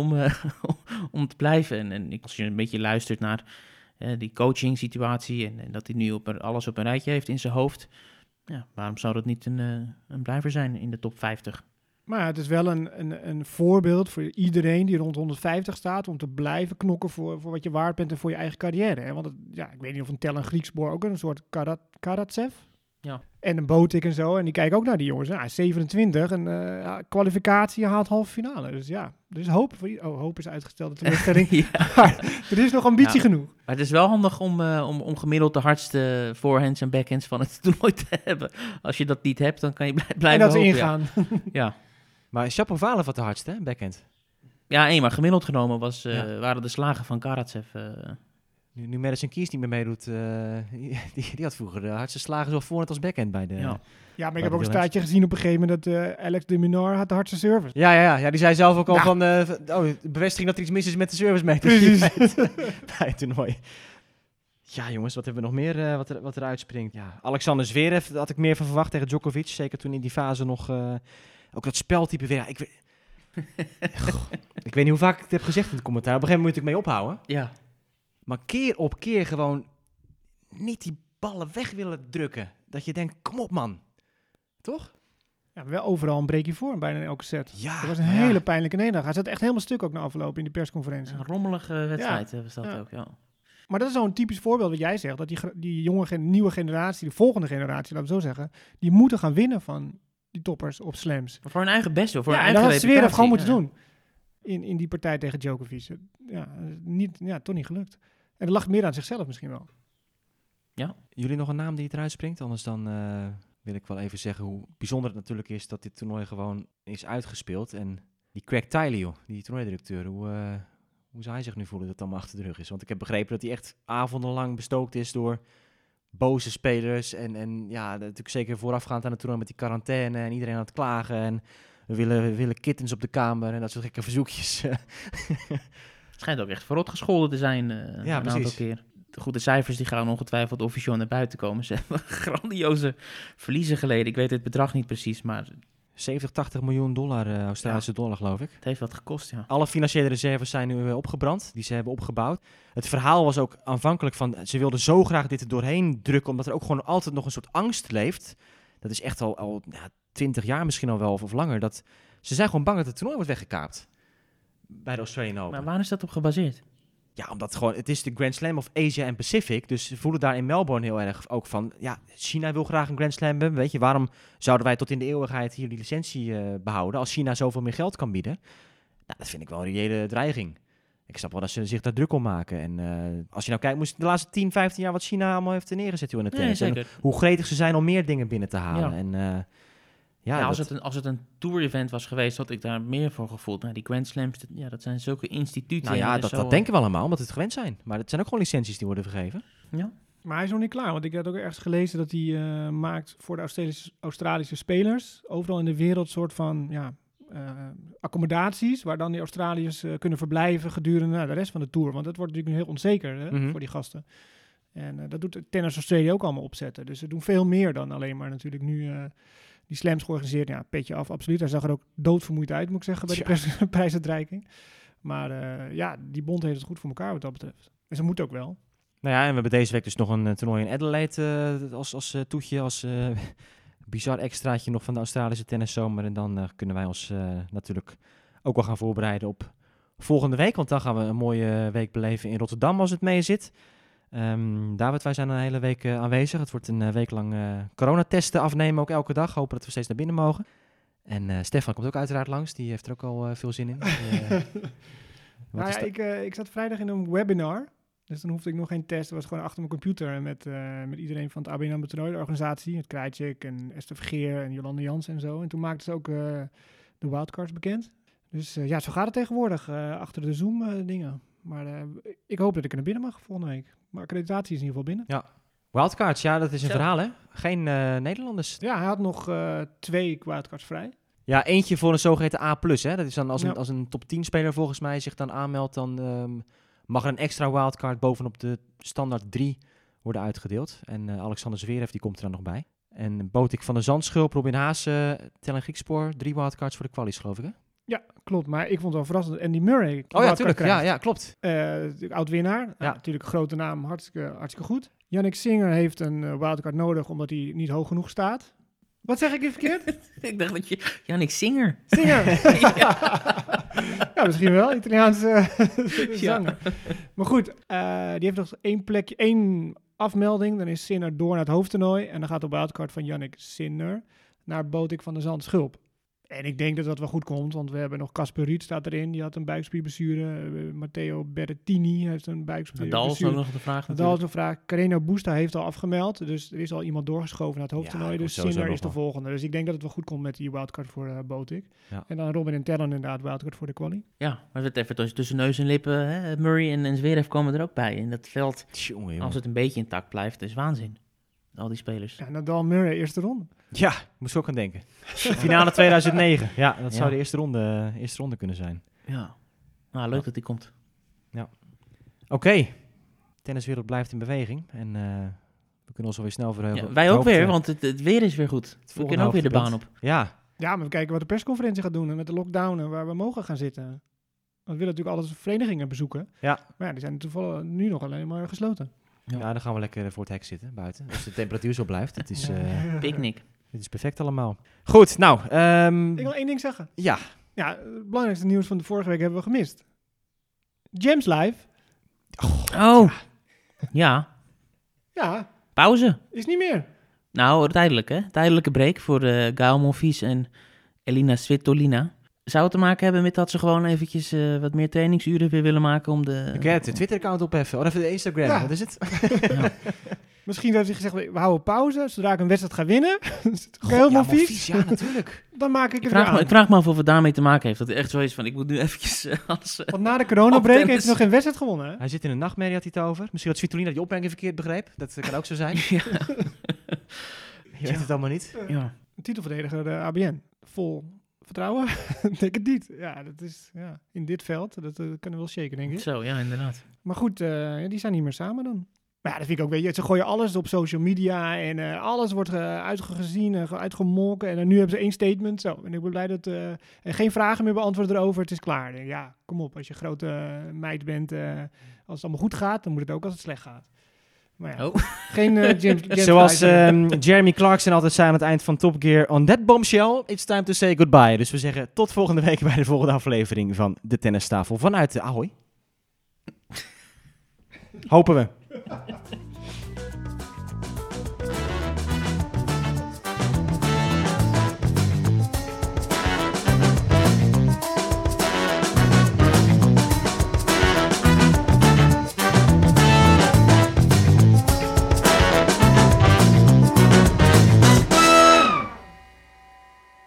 om te blijven. En als je een beetje luistert naar die coaching situatie en dat hij nu alles op een rijtje heeft in zijn hoofd. Ja, waarom zou dat niet een blijver zijn in de top 50? Maar ja, het is wel een voorbeeld voor iedereen die rond 150 staat om te blijven knokken voor wat je waard bent en voor je eigen carrière. Hè? Want ik weet niet of een Tellen Griekspoor ook een soort Karatsev. Ja. En een Botik en zo. En die kijken ook naar die jongens. Hij is 27 en kwalificatie haalt halve finale. Dus ja, er is hoop. Hoop is uitgestelde teleurstelling. Er is nog ambitie genoeg. Maar het is wel handig om gemiddeld de hardste forehands en backhands van het toernooi te hebben. Als je dat niet hebt, dan kan je blijven en dat ze hopen, ingaan. Ja. Maar Shapovalov had de hardste, hè, backhand. Ja, maar gemiddeld genomen waren de slagen van Karatsev... Nu Madison Keys niet meer meedoet, die had vroeger de hardste slagen zowel voorhand als backhand bij de... Ja, maar ik heb ook een staartje gezien op een gegeven moment dat Alex de Minaur had de hardste service. Ja, die zei zelf ook al van de bevestiging dat er iets mis is met de service meter bij het toernooi. Ja, jongens, wat hebben we nog meer wat er uitspringt? Ja, Alexander Zverev, daar had ik meer van verwacht tegen Djokovic. Zeker toen in die fase nog ook dat speltype weer. Ik weet niet hoe vaak ik het heb gezegd in het commentaar. Op een gegeven moment moet ik mee ophouden. Ja. Maar keer op keer gewoon niet die ballen weg willen drukken. Dat je denkt, kom op man. Toch? Ja, wel overal een breakje voor, bijna in elke set. Ja. Dat was een hele pijnlijke nederlaag. Hij zat echt helemaal stuk ook na afloop in de persconferentie. Een rommelige wedstrijd was dat ook, ja. Maar dat is zo'n typisch voorbeeld wat jij zegt. Dat die nieuwe generatie, de volgende generatie, laten we zo zeggen, die moeten gaan winnen van die toppers op slams. Maar voor hun eigen best, hoor. Voor hun en eigen dat had Zverev gewoon moeten reputatie. doen. In die partij tegen Djokovic. Toch niet gelukt. En dat lag meer aan zichzelf misschien wel. Ja. Jullie nog een naam die eruit springt? Anders dan wil ik wel even zeggen hoe bijzonder het natuurlijk is dat dit toernooi gewoon is uitgespeeld. En die Craig Tiley, joh, die toernooidirecteur, hoe zou hij zich nu voelen dat het allemaal achter de rug is? Want ik heb begrepen dat hij echt avondenlang bestookt is door boze spelers. En ja, natuurlijk zeker voorafgaand aan het toernooi met die quarantaine en iedereen aan het klagen. En we willen kittens op de kamer en dat soort gekke verzoekjes. Het schijnt ook echt verrot gescholden te zijn een aantal keer. De goede cijfers die gaan ongetwijfeld officieel naar buiten komen. Ze hebben grandioze verliezen geleden. Ik weet het bedrag niet precies, maar 70, 80 miljoen dollar, Australische dollar, geloof ik. Het heeft wat gekost, ja. Alle financiële reserves zijn nu opgebrand, die ze hebben opgebouwd. Het verhaal was ook aanvankelijk van, ze wilden zo graag dit er doorheen drukken, omdat er ook gewoon altijd nog een soort angst leeft. Dat is echt al 20 jaar misschien al wel of langer. Dat ze zijn gewoon bang dat het toernooi wordt weggekaapt bij de Australian Open. Maar waar is dat op gebaseerd? Ja, omdat het is de Grand Slam of Asia en Pacific. Dus ze voelen daar in Melbourne heel erg ook van, ja, China wil graag een Grand Slam hebben. Weet je, waarom zouden wij tot in de eeuwigheid hier die licentie behouden als China zoveel meer geld kan bieden? Nou, dat vind ik wel een reële dreiging. Ik snap wel dat ze zich daar druk om maken. En als je nou kijkt, moest de laatste 10, 15 jaar wat China allemaal heeft neergezet in het tennis. Nee, en hoe gretig ze zijn om meer dingen binnen te halen. Ja. En als het een tour-event was geweest, had ik daar meer voor gevoeld. Maar die Grand Slams, dat zijn zulke instituten. Nou ja, dat denken we allemaal, omdat we het gewend zijn. Maar het zijn ook gewoon licenties die worden vergeven. Ja. Maar hij is nog niet klaar, want ik had ook ergens gelezen dat hij maakt voor de Australische spelers overal in de wereld soort van accommodaties, waar dan die Australiërs kunnen verblijven gedurende de rest van de tour. Want dat wordt natuurlijk heel onzeker voor die gasten. En dat doet Tennis Australia ook allemaal opzetten. Dus ze doen veel meer dan alleen maar natuurlijk nu die slams georganiseerd. Ja, petje af, absoluut. Hij zag er ook doodvermoeid uit, moet ik zeggen, bij de prijsuitreiking. Maar die bond heeft het goed voor elkaar wat dat betreft. En ze moet ook wel. Nou ja, en we hebben deze week dus nog een toernooi in Adelaide als toetje, als bizar extraatje nog van de Australische tenniszomer. En dan kunnen wij ons natuurlijk ook wel gaan voorbereiden op volgende week. Want dan gaan we een mooie week beleven in Rotterdam als het mee zit. David, wij zijn een hele week aanwezig. Het wordt een week lang coronatesten afnemen, ook elke dag. Hopen dat we steeds naar binnen mogen. En Stefan komt ook uiteraard langs. Die heeft er ook al veel zin in. Ik zat vrijdag in een webinar. Dus dan hoefde ik nog geen test. Dat was gewoon achter mijn computer met iedereen van het ABN AMRO toernooi, de organisatie. Het Krajcik en Esther Vergeer en Jolande Jans en zo. En toen maakten ze ook de wildcards bekend. Dus zo gaat het tegenwoordig achter de Zoom dingen. Maar ik hoop dat ik er naar binnen mag volgende week. Maar accreditatie is in ieder geval binnen. Ja. Wildcards, ja, dat is een verhaal, hè? Geen Nederlanders. Ja, hij had nog 2 wildcards vrij. Ja, eentje voor een zogeheten A+, hè? Dat is dan als een top 10 speler volgens mij zich dan aanmeldt, dan mag er een extra wildcard bovenop de standaard 3 worden uitgedeeld. En Alexander Zverev, die komt er dan nog bij. En Botik van der Zandschulp, Robin Haase, Tellen Griekspoor, 3 wildcards voor de kwalies, geloof ik, hè? Ja, klopt. Maar ik vond het wel verrassend dat Andy Murray tuurlijk. Ja, klopt. Oud-winnaar. Natuurlijk een grote naam, hartstikke goed. Yannick Sinner heeft een wildcard nodig omdat hij niet hoog genoeg staat. Wat zeg ik hier verkeerd? Ik dacht dat je... Yannick Sinner. Ja, misschien wel. Italiaanse zanger. Maar goed, die heeft nog één afmelding. Dan is Sinner door naar het hoofdtoernooi. En dan gaat op wildcard van Yannick Sinner naar Botik van der Zandschulp. En ik denk dat dat wel goed komt, want we hebben nog Casper Ruud staat erin. Die had een buikspierblessure. Matteo Berrettini heeft een buikspierblessure. Nadal is ook nog de vraag natuurlijk. Nadal is de vraag. Carreno Busta heeft al afgemeld. Dus er is al iemand doorgeschoven naar het hoofdtoernooi. Dus Sinner is de volgende. Dus ik denk dat het wel goed komt met die wildcard voor Botik. Ja. En dan Robin en Tellen inderdaad wildcard voor de quali. Ja, maar het even tussen neus en lippen. Hè? Murray en Zverev komen er ook bij. In dat veld, als het een beetje intact blijft, is waanzin. Al die spelers. Ja, Nadal Murray, eerste ronde. Ja, moest ik ook aan denken. Finale 2009. Ja, dat zou de eerste ronde kunnen zijn. Ja, nou, leuk dat die komt. Ja. Oké. Tenniswereld blijft in beweging. En we kunnen ons alweer snel verheugen. Ja, wij ook weer, want het weer is weer goed. We kunnen ook weer de baan op. Ja. Ja, maar we kijken wat de persconferentie gaat doen. En met de lockdown en waar we mogen gaan zitten. we willen natuurlijk altijd verenigingen bezoeken. Ja. Maar ja, die zijn toevallig nu nog alleen maar gesloten. Ja, dan gaan we lekker voor het hek zitten, buiten. Als de temperatuur zo blijft. Het is, Picknick. dit is perfect allemaal. Goed, nou. Ik wil 1 ding zeggen. Ja. Ja, het belangrijkste nieuws van de vorige week hebben we gemist. Gems Live. Oh, ja. Ja, Pauze. is niet meer. Nou, tijdelijk hè. Tijdelijke break voor Gael Monfils en Elina Svitolina. Zou het te maken hebben met dat ze gewoon eventjes wat meer trainingsuren weer willen maken om de... Ik heb de Twitter-account opheffen. Of even de Instagram. Ja. Wat is het? Misschien heeft hij gezegd, we houden pauze. Zodra ik een wedstrijd ga winnen, heel ja, vies. Monfils, ja, natuurlijk. Dan maak ik het Ik vraag me af of het daarmee te maken heeft. Dat het echt zo is van, ik moet nu eventjes alles... Want na de coronabreak Op tennis. heeft hij nog geen wedstrijd gewonnen. Hè? Hij zit in een nachtmerrie, had hij het over. Misschien had Svitolina die opmerking verkeerd begreep. Dat kan ook zo zijn. Ja. Je weet het allemaal niet. Ja. Titelverdediger de ABN. Vol vertrouwen? Ik denk het niet. Ja, dat is in dit veld. Dat kunnen we wel shaken, denk ik. Zo, ja, inderdaad. Maar goed, die zijn niet meer samen dan. Maar ja, dat vind ik ook, weet je, ze gooien alles op social media en alles wordt uitgezien, uitgemolken. En nu hebben ze 1 statement, zo. En ik ben blij dat geen vragen meer beantwoord erover, het is klaar. Ik denk, ja, kom op, als je grote meid bent, als het allemaal goed gaat, dan moet het ook als het slecht gaat. Maar ja, geen James Zoals Blythe. Jeremy Clarkson altijd zei aan het eind van Top Gear. On that bombshell, it's time to say goodbye. Dus we zeggen tot volgende week bij de volgende aflevering van de Tennistafel vanuit de Ahoy. Hopen we.